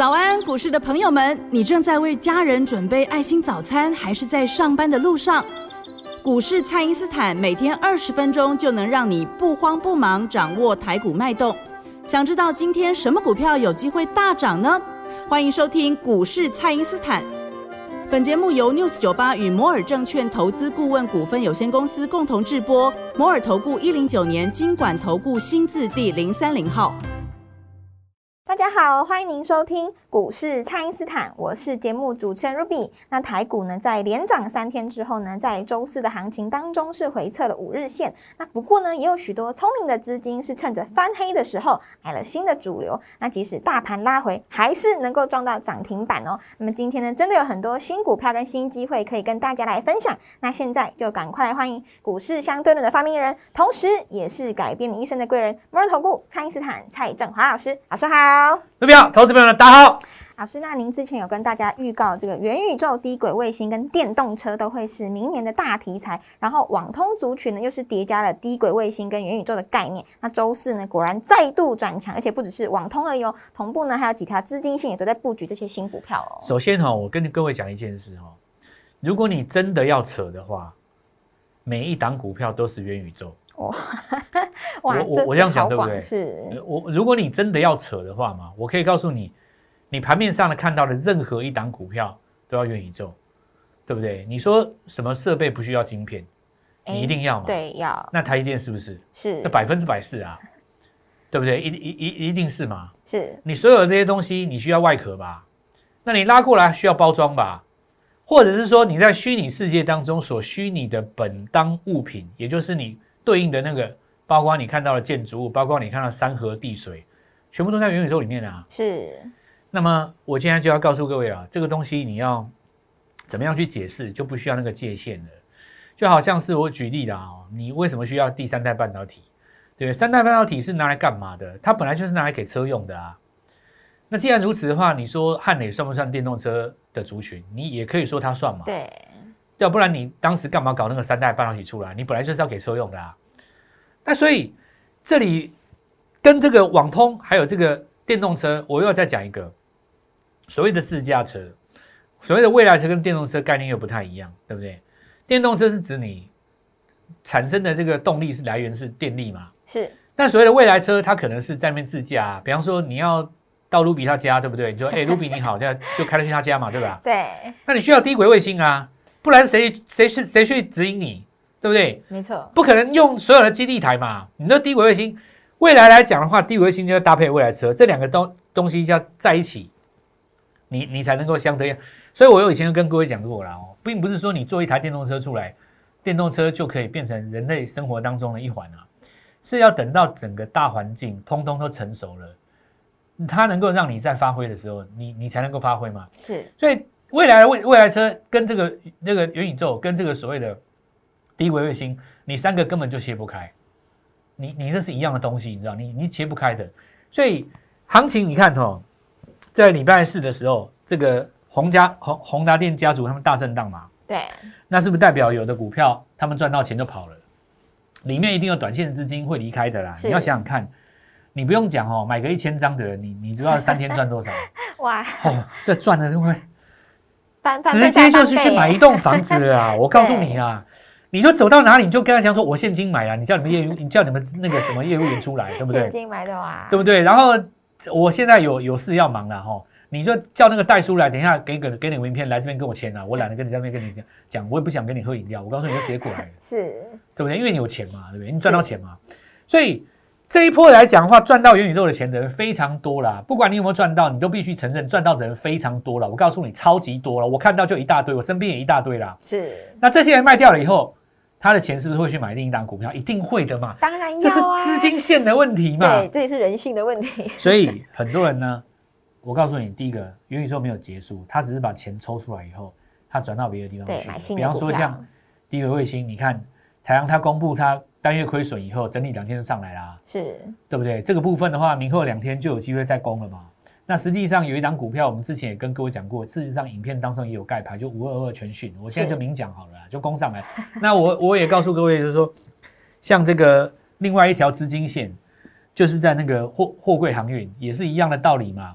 早安，股市的朋友们，你正在为家人准备爱心早餐，还是在上班的路上？股市蔡因斯坦每天20分钟就能让你不慌不忙掌握台股脉动。想知道今天什么股票有机会大涨呢？欢迎收听股市蔡因斯坦。本节目由 News98 与摩尔证券投资顾问股份有限公司共同制播，摩尔投顾109年金管投顾新字第030号。 大家好，欢迎您收听股市蔡因斯坦，我是节目主持人 Ruby。那台股呢，在连涨3天之后呢，在周四的行情当中是回测了5日线。那不过呢，也有许多聪明的资金是趁着翻黑的时候买了新的主流。那即使大盘拉回，还是能够撞到涨停板哦。那么今天呢，真的有很多新股票跟新机会可以跟大家来分享。那现在就赶快来欢迎股市相对论的发明人，同时也是改变你一生的贵人——摩尔投顾蔡因斯坦蔡正华老师。老师好。 各位投资朋友们，大家好。 老师，那您之前有跟大家预告，这个元宇宙、低轨卫星跟电动车都会是明年的大题材，然后网通族群呢又是叠加了低轨卫星跟元宇宙的概念。那周四呢，果然再度转强，而且不只是网通而已哦，同步呢还有几条资金线也都在布局这些新股票哦。 首先我跟各位讲一件事如果你真的要扯的话，每一档股票都是元宇宙。 哇， 我这样讲对不对？ 是。 如果你真的要扯的话嘛，我可以告诉你，你盘面上看到的任何一档股票都要元宇宙，对不对？你说什么设备不需要晶片，你一定要嘛？ 对，要。 那台积电是不是？ 是。 那100%是啊，对不对？一定是嘛？ 是。 你所有的这些东西，你需要外壳吧？那你拉过来需要包装吧？或者是说你在虚拟世界当中所虚拟的本当物品，也就是你对应的那个，包括你看到的建筑物，包括你看到的山河地水，全部都在元宇宙里面啊。 是。 那么我现在就要告诉各位啊，这个东西你要怎么样去解释，就不需要那个界限了。就好像是我举例啦，你为什么需要第三代半导体？对不对？三代半导体是拿来干嘛的？它本来就是拿来给车用的啊。那既然如此的话，你说汉磊算不算电动车的族群？你也可以说它算嘛。 对。 要不然你当时干嘛搞那个三代半导体出来？你本来就是要给车用的啊。那所以这里跟这个网通还有这个电动车，我又要再讲一个所谓的自驾车，所谓的未来车跟电动车概念又不太一样，对不对？电动车是指你产生的这个动力是来源是电力嘛？是。但所谓的未来车，它可能是在那边自驾啊，比方说你要到卢比他家，对不对？你说卢比你好，这样就开得去他家嘛，对吧？ 对。 那你需要低轨卫星啊。不然谁去指引你，对不对？ 没错， 不可能用所有的基地台嘛。你说低轨卫星，未来来讲的话，低轨卫星就要搭配未来车，这两个东西要在一起，你才能够相对。所以我以前就跟各位讲过了并不是说你做一台电动车出来，电动车就可以变成人类生活当中的一环啊，是要等到整个大环境通通都成熟了，它能够让你在发挥的时候，你才能够发挥嘛。是，所以。未来车跟这个元宇宙跟这个所谓的低轨卫星，你三个根本就切不开，你这是一样的东西，你知道，你切不开的。所以行情你看在礼拜四的时候，这个宏达电家族他们大震荡嘛，对，那是不是代表有的股票他们赚到钱就跑了？里面一定有短线资金会离开的啦。你要想想看，你不用讲买个1000张的人，你知道3天赚多少？哇，这赚了就会。直接就是去买一栋房子了啊！我告诉你啊，你就走到哪里，你就跟他讲说，我现金买啊！你叫你们那个什么业务员出来，对不对？ 现金买的哇， 对不对？然后我现在有事要忙了你就叫那个代书来，等一下给你名片来这边跟我签啊！我懒得跟你在那边跟你讲，我也不想跟你喝饮料。我告诉你，就直接过来了，是，对不对？因为你有钱嘛，对不对？你赚到钱嘛，所以。这一波来讲的话，赚到元宇宙的钱的人非常多啦。不管你有没有赚到，你都必须承认赚到的人非常多了。我告诉你，超级多了。我看到就一大堆，我身边也一大堆啦。是。那这些人卖掉了以后，他的钱是不是会去买另一档股票？一定会的嘛。 当然要啊。 这是资金线的问题嘛。 对，这也是人性的问题。 所以很多人呢，我告诉你，第一个，元宇宙没有结束，他只是把钱抽出来以后，他转到别的地方去。 对，买新的股票。 比方说像低轨卫星，你看台阳他公布他。单月亏损以后，整理2天就上来啦，是，对不对？这个部分的话，明后2天就有机会再攻了嘛。那实际上有一档股票，我们之前也跟各位讲过，事实上影片当中也有盖牌，就5222全讯，我现在就明讲好了啦，就攻上来。那我也告诉各位，就是说，像这个另外一条资金线，就是在那个货柜航运，也是一样的道理嘛。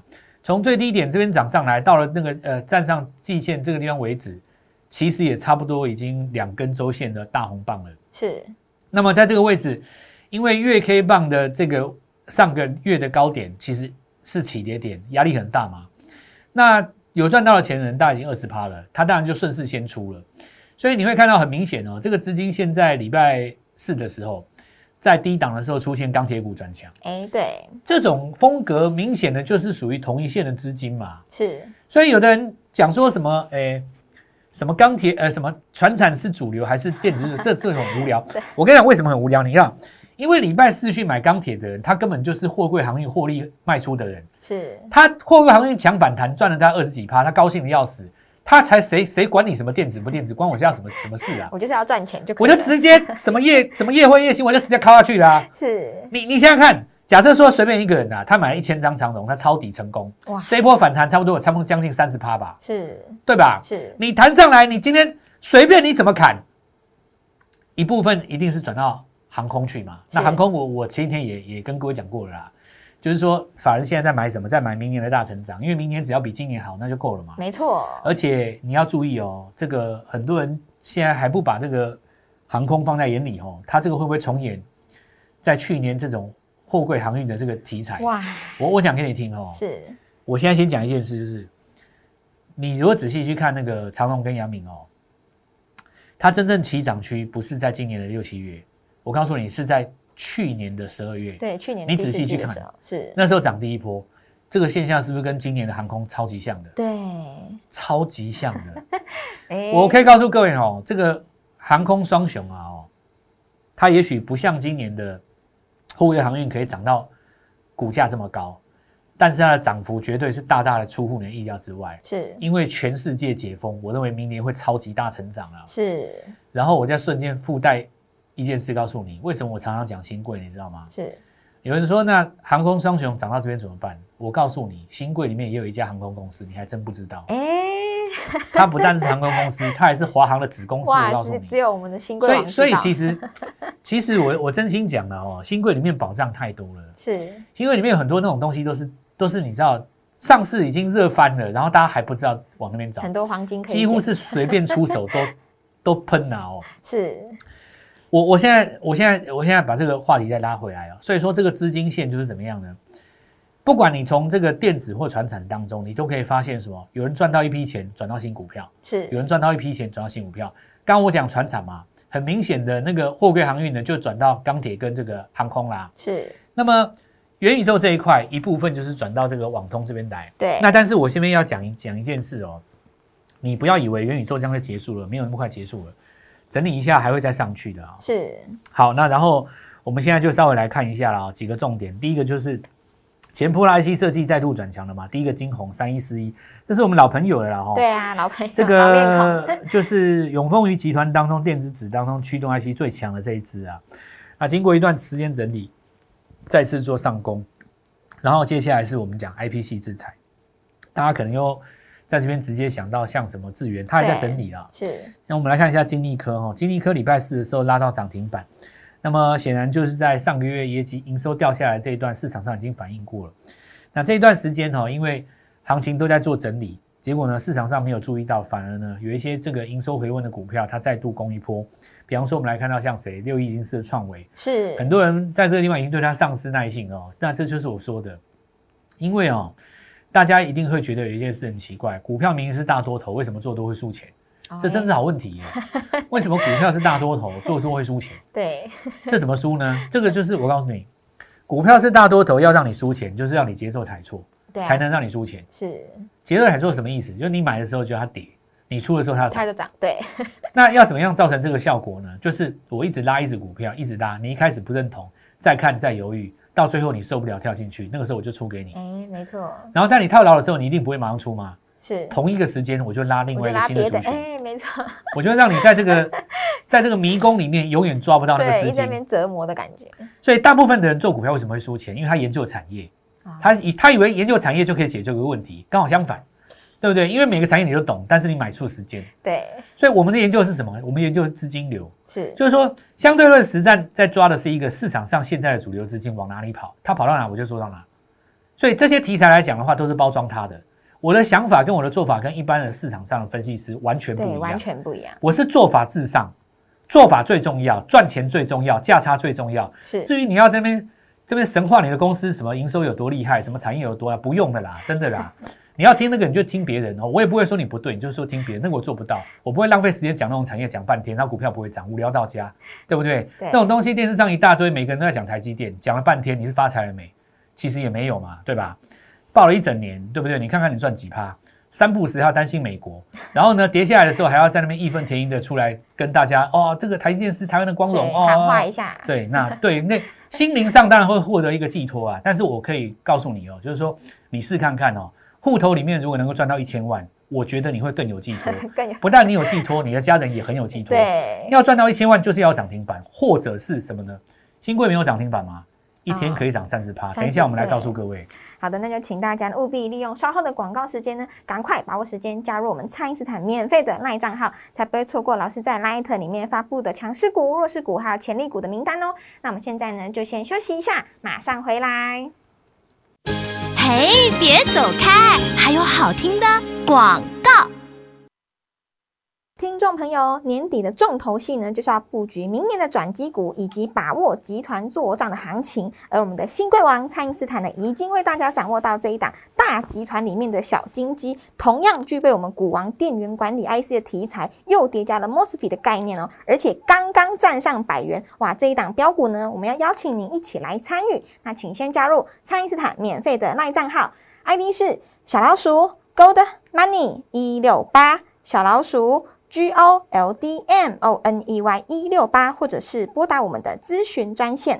从最低点这边涨上来，到了那个站上季线这个地方为止，其实也差不多已经2根周线的大红棒了。 是。 那么在这个位置，因为月 K 棒的这个上个月的高点其实是起跌点，压力很大嘛。那有赚到的钱的人大概已经20%了，他当然就顺势先出了。所以你会看到很明显哦，这个资金现在礼拜4的时候，在低档的时候出现钢铁股转强。 对， 这种风格明显的就是属于同一线的资金嘛。 是。 所以有的人讲说什么什么钢铁什么传产是主流还是电子，这很无聊。我跟你讲为什么很无聊，你看，因为礼拜4去买钢铁的人，他根本就是货柜航运获利卖出的人， 是他货柜航运强反弹赚了大概20几%，他高兴的要死，他才谁管你什么电子不电子，关我家什么事啊？ 我就是要赚钱就可以， 我就直接什么业会业薪，我就直接敲下去啦。 是你想想看。假设说随便一个人啊，他买了1000张长荣，他抄底成功，哇，这一波反弹差不多将近30%吧， 是， 对吧？ 是， 你弹上来，你今天随便你怎么砍，一部分一定是转到航空去嘛。那航空我前几天也跟各位讲过了啦，就是说法人现在在买什么？在买明年的大成长，因为明年只要比今年好，那就够了嘛。 没错。而且你要注意哦，这个很多人现在还不把这个航空放在眼里哦，他这个会不会重演在去年这种？货柜航运的这个题材，哇！我讲给你听哦。是，我现在先讲一件事，就是你如果仔细去看那个长荣跟阳明哦，它真正起涨区不是在今年的6、7月，我告诉你是在去年的12月。 对，去年你仔细去看，是那时候涨第一波，这个现象是不是跟今年的航空超级像的？ 对， 超级像的。我可以告诉各位哦，这个航空双雄啊哦，它也许不像今年的。货柜航运可以涨到股价这么高，但是它的涨幅绝对是大大的出乎你的意料之外。是，因为全世界解封，我认为明年会超级大成长啊。是，然后我再瞬间附带一件事告诉你，为什么我常常讲新贵，你知道吗？是，有人说那航空双雄涨到这边怎么办？我告诉你，新贵里面也有一家航空公司，你还真不知道。它不但是航空公司，它还是华航的子公司。我告诉你， 只有我们的新贵王知道。 所以其实我真心讲了哦，新贵里面保障太多了。是，新贵里面有很多那种东西都是你知道，上市已经热翻了，然后大家还不知道往那边找。 很多黄金可以几乎是随便出手都喷啊哦。 是， 我现在把这个话题再拉回来哦。所以说这个资金线就是怎么样呢？不管你从这个电子或传产当中，你都可以发现什么？有人赚到一批钱，转到新股票；是有人赚到一批钱，转到新股票。刚刚我讲传产嘛，很明显的那个货柜航运呢，就转到钢铁跟这个航空啦。是。那么元宇宙这一块，一部分就是转到这个网通这边来。对。那但是我这边要讲一件事哦，你不要以为元宇宙将会结束了，没有那么快结束了，整理一下还会再上去的啊。是。好，那然后我们现在就稍微来看一下啦，几个重点。第一个就是。前波的 IC 设计再度转强了嘛？第一个金鸿3141，这是我们老朋友了啦哈。 对啊，老朋友。 这个就是永丰余集团当中电子纸当中驱动 IC 最强的这一支啊。那经过一段时间整理，再次做上攻，然后接下来是我们讲 IPC 制裁，大家可能又在这边直接想到像什么智原，它还在整理啦。是。那我们来看一下金利科哈，金利科礼拜4的时候拉到涨停板。那么显然就是在上个月业绩营收掉下来这一段，市场上已经反映过了。那这一段时间因为行情都在做整理，结果呢市场上没有注意到，反而呢有一些这个营收回温的股票，它再度攻一波。比方说我们来看到像谁，6104的创惟，是很多人在这个地方已经对它丧失耐性哦。那这就是我说的，因为大家一定会觉得有一件事很奇怪，股票明明是大多头，为什么做多会输钱？这真是好问题耶！为什么股票是大多头，做多会输钱？对，这怎么输呢？这个就是我告诉你，股票是大多头，要让你输钱，就是让你节奏踩错，才能让你输钱。是节奏踩错什么意思？就是你买的时候觉得它跌，你出的时候它就涨。对， 那要怎么样造成这个效果呢？就是我一直拉一只股票，一直拉，你一开始不认同，再看再犹豫，到最后你受不了跳进去，那个时候我就出给你。 没错。 然后在你套牢的时候，你一定不会马上出吗？ 是同一个时间，我就拉另外一个新的族群。 没错， 我就让你在这个迷宫里面永远抓不到那个资金， 一直在那边折磨的感觉。 所以大部分的人做股票为什么会输钱？因为他研究产业，他以为研究产业就可以解决这个问题，刚好相反，对不对？因为每个产业你都懂，但是你买错时间。对，所以我们的研究是什么？我们研究的是资金流，就是说相对论实战在抓的是一个市场上现在的主流资金往哪里跑，它跑到哪我就做到哪。 所以这些题材来讲的话，都是包装它的。我的想法跟我的做法跟一般的市场上的分析师完全不一样， 对，完全不一样。 我是做法至上，做法最重要，赚钱最重要，价差最重要。 是， 至于你要这边神话你的公司什么营收有多厉害，什么产业有多不用的啦，真的啦。你要听那个你就听别人哦，我也不会说你不对，你就说听别人，那个我做不到，我不会浪费时间讲那种产业讲半天，然后股票不会涨，无聊到家，对不对？ 对， 那种东西电视上一大堆，每个人都在讲台积电，讲了半天，你是发财了没？其实也没有嘛，对吧？报了一整年，对不对？你看看你赚几趴？3不5时还要担心美国，然后呢跌下来的时候还要在那边义愤填膺的出来跟大家哦，这个台积电是台湾的光荣哦， 喊话一下。 对，那心灵上当然会获得一个寄托啊，但是我可以告诉你哦，就是说你试看看哦，户头里面如果能够赚到1000万，我觉得你会更有寄托，不但你有寄托，你的家人也很有寄托。 对， 要赚到1000万就是要涨停板，或者是什么呢？新贵没有涨停板吗？一天可以涨30%。等一下我们来告诉各位。 好的，那就请大家务必利用稍后的广告时间呢，赶快把握时间加入我们蔡因斯坦免费的 LINE 账号，才不会错过老师在 LINE 里面发布的强势股、弱势股还有潜力股的名单哦。那我们现在呢就先休息一下，马上回来。 嘿，别走开，还有好听的广告。 听众朋友，年底的重头戏呢，就是要布局明年的转机股，以及把握集团作战的行情。而我们的新贵王蔡因斯坦呢，已经为大家掌握到这一档大集团里面的小金鸡，同样具备我们股王电源管理 IC 的题材，又叠加了 MOSFET 的概念哦，而且刚刚站上100元，哇！这一档标股呢，我们要邀请您一起来参与。那请先加入蔡因斯坦免费的 LINE 账号 ，ID 是小老鼠 Gold Money 168，小老鼠GOLDMONEY 168，或者是拨打我们的咨询专线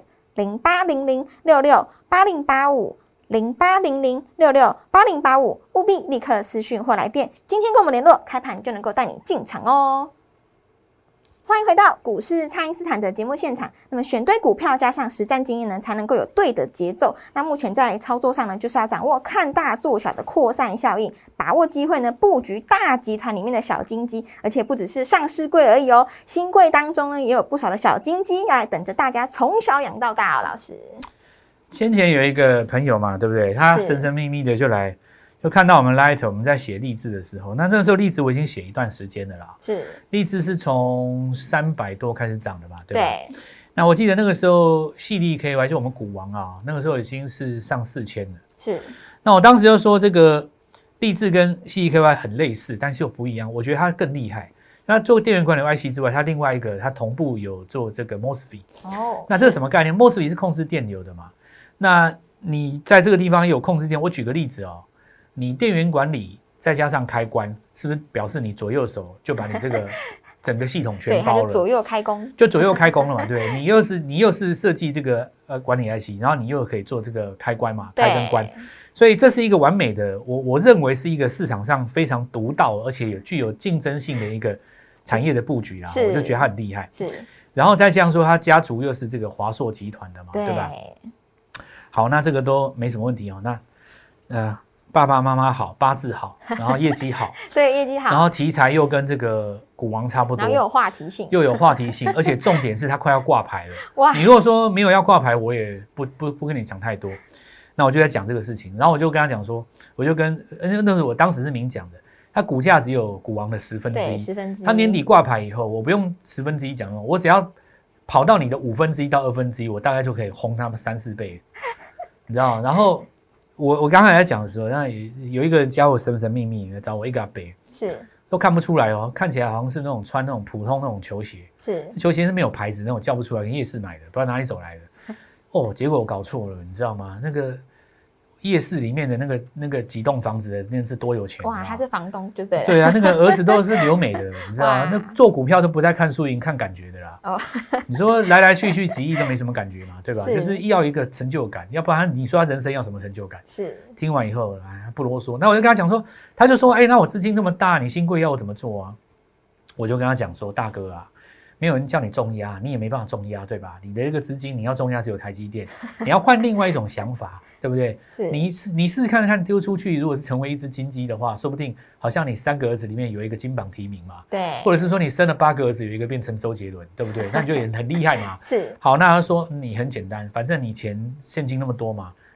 0800668085，0800668085，务必立刻私讯或来电，今天跟我们联络，开盘就能够带你进场哦。欢迎回到股市蔡因斯坦的节目现场。那么选对股票加上实战经验呢，才能够有对的节奏。那目前在操作上呢，就是要掌握看大做小的扩散效应，把握机会呢，布局大集团里面的小金鸡，而且不只是上市柜而已哦，新柜当中呢也有不少的小金鸡来等着大家从小养到大哦。老师， 先前有一个朋友嘛，对不对？他神神秘秘的就看到我们 Light 我们在写励志的时候，那时候励志我已经写一段时间了啦。 是， 励志是从300多开始涨的嘛，对吧？ 对。 那我记得那个时候细粒 KY 就我们股王啊，那个时候已经是上4000了。 是。 那我当时就说这个励志跟细粒 KY 很类似，但是又不一样。我觉得它更厉害。那做电源管理 IC 之外，它另外一个它同步有做这个 MOSFET。哦。那这是什么概念 ？MOSFET 是控制电流的嘛？那你在这个地方有控制电，我举个例子哦。你电源管理再加上开关，是不是表示你左右手就把你这个整个系统全包了？ 对，左右开工， 就左右开工了嘛？对，你又是设计这个管理 IC， 然后你又可以做这个开关嘛，开跟关，所以这是一个完美的，我认为是一个市场上非常独到而且具有竞争性的一个产业的布局啊，我就觉得它很厉害。 是， 然后再加上说，它家族又是这个华硕集团的嘛，对吧？好，那这个都没什么问题哦。那爸爸妈妈好，八字好，然后业绩好， 对，业绩好， 然后题材又跟这个股王差不多， 然后又有话题性， 而且重点是它快要挂牌了。 哇！ 你如果说没有要挂牌，我也不跟你讲太多。那我就在讲这个事情，然后我就跟他讲说，我就跟那是我当时是明讲的，它股价只有股王的1/10， 对，1/10。 它年底挂牌以后，我不用1/10讲了，我只要跑到你的1/5到1/2，我大概就可以轰他们3-4倍，你知道吗？然后。我刚才在讲的时候，那有一个人加我神秘秘的找我一个阿伯， 是都看不出来哦，看起来好像是那种穿那种普通那种球鞋， 是球鞋是没有牌子那种，叫不出来，跟夜市买的，不知道哪里走来的。哦，结果我搞错了，你知道吗？那个夜市里面的那个几栋房子的那是多有钱哇！他是房东就对了。 对啊，那个儿子都是留美的，你知道吗？那做股票都不再看输赢，看感觉的啦。哦，你说来来去去几亿都没什么感觉嘛，对吧？就是要一个成就感，要不然你说他人生要什么成就感？是。听完以后，不啰嗦。那我就跟他讲说，他就说，那我资金这么大，你新贵要我怎么做啊？我就跟他讲说，大哥啊。没有人叫你重压，你也没办法重压，对吧？你的一个资金，你要重压只有台积电，你要换另外一种想法，对不对？是你试试看丢出去，如果是成为一只金鸡的话，说不定好像你3个儿子里面有一个金榜题名嘛，对，或者是说你生了8个儿子，有一个变成周杰伦，对不对？那你就也很厉害嘛。是好，那他说你很简单，反正你现金那么多嘛，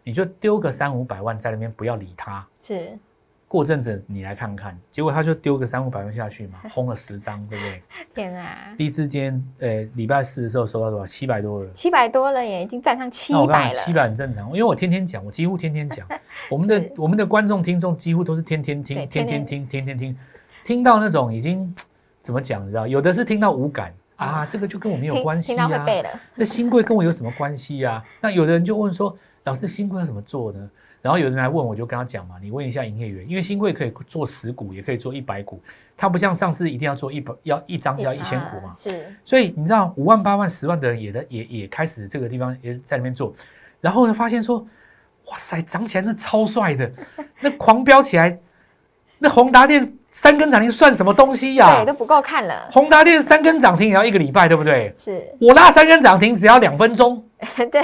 你就丢个300-500万在那边，不要理它。 是， 过阵子你来看看，结果他就丢个300-500万下去嘛，轰了10张，对不对？ 天啊！ 第一之间，礼拜4的时候收到多少？700多了 ，700多了耶，已经站上700了。 700很正常，因为我天天讲，我几乎天天讲，我们的观众听众几乎都是天天听，天天听，听到那种已经怎么讲，你知道？有的是听到无感啊，这个就跟我没有关系啊， 听到会背了。 这新贵跟我有什么关系啊？那有的人就问说，老师新贵要怎么做呢？然后有人来问，我就跟他讲嘛，你问一下营业员，因为新贵可以做10股，也可以做100股，它不像上市一定要做一张要1000股嘛。 是， 所以你知道5万、8万、10万的人也开始这个地方也在那边做，然后呢发现说，哇塞，涨起来真的超帅的，那狂飙起来，那宏达电3根涨停算什么东西呀？ 对，都不够看了。 宏达电3根涨停也要1个礼拜，对不对？ 是， 我拉3根涨停只要2分钟。 对，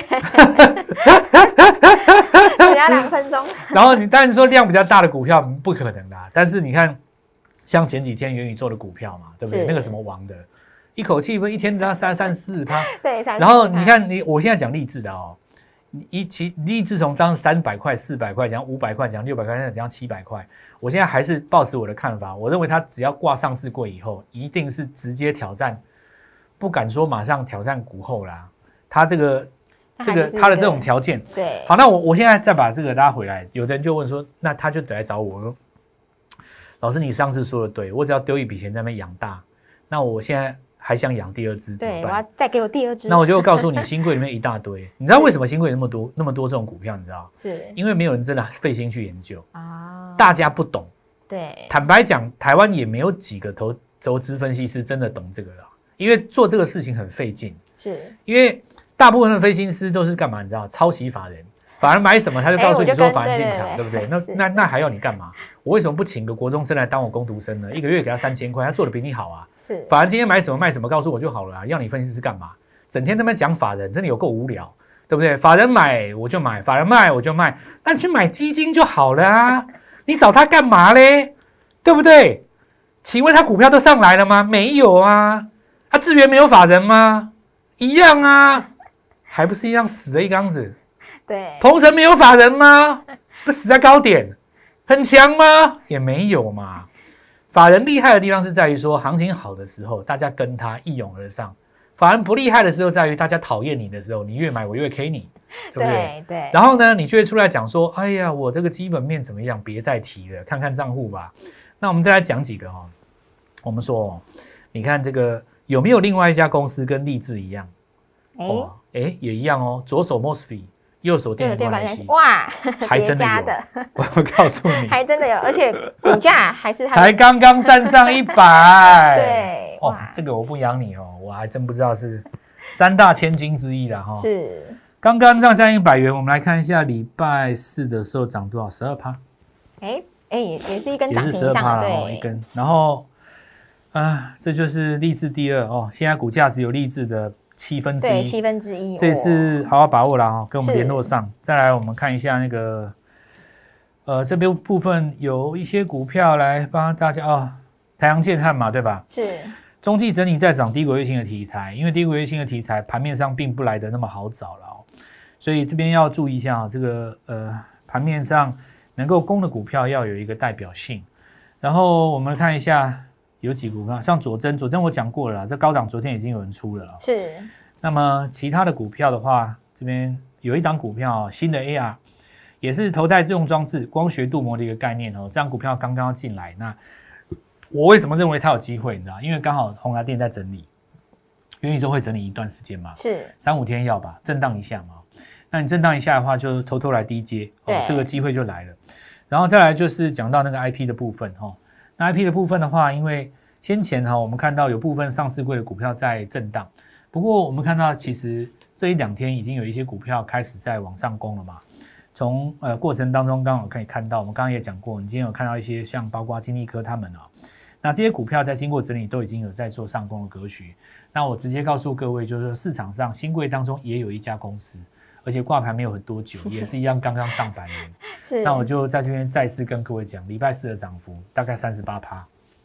只要2分钟。 然后你当然说量比较大的股票不可能啦，但是你看，像前几天元宇宙的股票嘛，对不对？那个什么王的，一口气不一天拉3-4%， 对， 然后你看我现在讲励志的哦，励志从当时300块、400块，讲500块，讲600块，现在讲700块，我现在还是抱持我的看法，我认为它只要挂上市柜以后，一定是直接挑战，不敢说马上挑战股后啦。它它的这种条件， 对， 好，那我现在再把这个拉回来，有的人就问说，那他就得来找我说，老师你上次说的对，我只要丢一笔钱在那边养大，那我现在还想养第2只怎么办？ 对，我要再给我第2只。 那我就告诉你，新贵里面一大堆，你知道为什么新贵有那么多这种股票？你知道？ 是因为没有人真的费心去研究啊， 大家不懂。 对， 坦白讲，台湾也没有几个投资分析师真的懂这个了，因为做这个事情很费劲。 是因为大部分的分析师都是干嘛？你知道，抄袭法人，法人买什么他就告诉你说法人进场，对不对？那还要你干嘛？我为什么不请个国中生来当我工读生呢？一个月给他3000块，他做的比你好啊。 是， 法人今天买什么卖什么，告诉我就好了啊，要你分析师干嘛？整天在那边讲法人，真的有够无聊，对不对？法人买我就买，法人卖我就卖，那你去买基金就好了啊，你找他干嘛嘞？对不对？请问他股票都上来了吗？没有啊。他智原没有法人吗？一样啊，还不是一样死的一缸子。 对， 鹏程没有法人吗？不死在高点，很强吗？也没有嘛。法人厉害的地方是在于说，行情好的时候，大家跟他一涌而上；法人不厉害的时候，在于大家讨厌你的时候，你越买我越 K 你，对不对？ 对。 然后呢，你就会出来讲说：“哎呀，我这个基本面怎么样？别再提了，看看账户吧。”那我们再来讲几个哦。我们说哦，你看这个有没有另外一家公司跟励志一样？也一样哦，左手 MOSFET， 右手电源关系， 哇， 还真的有。我告诉你， 还真的有，而且股价还是才刚刚站上100。 对， 哦，这个我不养你哦，我还真不知道是3大千金之一啦哈。 是， 刚刚站上100元，我们来看一下礼拜4的时候涨多少？12%。 也是一根涨停以上的，对， 一根。然后这就是励志第2哦，现在股价只有励志的1/7，对 ，1/7， 这次好好把握啦哦，跟我们联络上。再来，我们看一下那个这边部分有一些股票来帮大家哦，台阳建汉嘛，对吧？ 是。 中继整理在涨低轨卫星的题材，因为低轨卫星的题材盘面上并不来得那么好找了哦，所以这边要注意一下这个盘面上能够攻的股票要有一个代表性。然后我们看一下有几股票，像佐证我讲过了啦，这高档昨天已经有人出了啦。 是。 那么其他的股票的话，这边有一档股票新的 AR， 也是头戴用装置光学镀膜的一个概念哦，这张股票刚刚进来，那我为什么认为它有机会？你知道，因为刚好宏达电在整理，元宇宙会整理一段时间嘛， 是 3-5天要吧，震荡一下嘛。那你震荡一下的话，就偷偷来低接，这个机会就来了。然后再来就是讲到那个 IP 的部分哈，那 IP 的部分的话，因为先前我们看到有部分上市柜的股票在震荡，不过我们看到其实这1-2天已经有一些股票开始在往上攻了嘛。从过程当中刚好可以看到，我们刚刚也讲过，你今天有看到一些像包括金利科他们那这些股票在经过整理都已经有在做上攻的格局。那我直接告诉各位，就是说市场上新贵当中也有一家公司，而且挂牌没有很多久，也是一样刚刚上100元。那我就在这边再次跟各位讲，礼拜4的涨幅大概38%。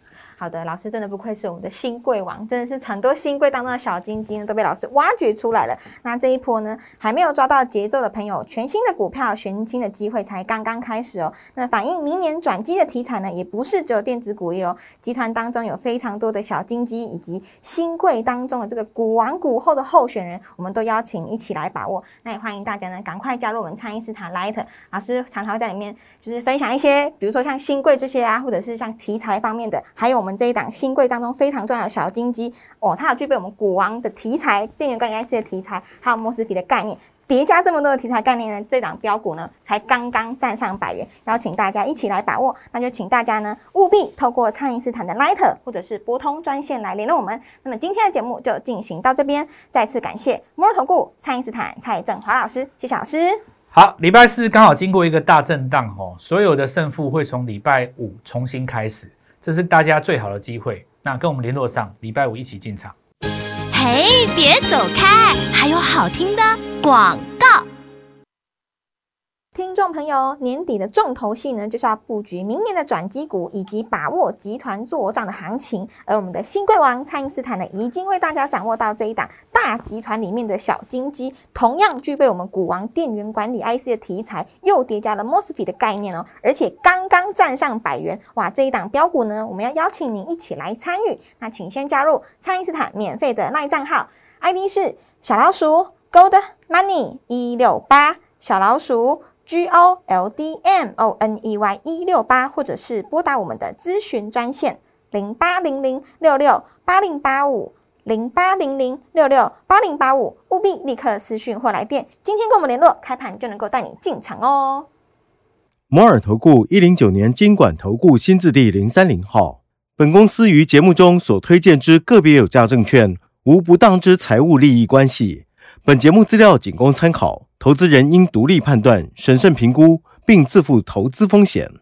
好的，老师真的不愧是我们的新贵王，真的是很多新贵当中的小金鸡呢都被老师挖掘出来了。那这一波呢，还没有抓到节奏的朋友，全新的股票、全新的机会才刚刚开始哦。那反映明年转机的题材呢，也不是只有电子股业哦，集团当中有非常多的小金鸡，以及新贵当中的这个股王股后的候选人，我们都邀请一起来把握。那也欢迎大家呢，赶快加入我们蔡因斯坦 Light， 老师常常会在里面就是分享一些，比如说像新贵这些啊，或者是像题材方面的，还有我们这一档新贵当中非常重要的小金鸡哦，它有具备我们股王的题材、电源管理 IC 的题材，还有摩斯比的概念，叠加这么多的题材概念呢，这档标股呢才刚刚站上100元，邀请大家一起来把握。那就请大家呢务必透过蔡因斯坦的 Light 或者是拨通专线来联络我们。那么今天的节目就进行到这边，再次感谢摩尔投顾蔡因斯坦蔡正华老师，谢谢老师。 好，礼拜四刚好经过一个大震荡哦，所有的胜负会从礼拜五重新开始，这是大家最好的机会。那跟我们联络上，礼拜五一起进场。 嘿，别走开，还有好听的广告。 听众朋友，年底的重头戏呢，就是要布局明年的转机股，以及把握集团作战的行情。而我们的新贵王蔡因斯坦呢，已经为大家掌握到这一档大集团里面的小金鸡，同样具备我们股王电源管理 IC 的题材，又叠加了 MOSFET 的概念哦，而且刚刚站上100元，哇！这一档标股呢，我们要邀请您一起来参与。那请先加入蔡因斯坦免费的 LINE 账号 ，ID 是小老鼠 Gold Money 168，小老鼠GOLDMONEY 168，或者是拨打我们的咨询专线0800668085，0800668085，务必立刻私讯或来电，今天跟我们联络，开盘就能够带你进场哦。 摩尔投顾109年金管投顾新字第030号。本公司于节目中所推荐之个别有价证券，无不当之财务利益关系。本节目资料仅供参考，投资人应独立判断、审慎评估，并自负投资风险。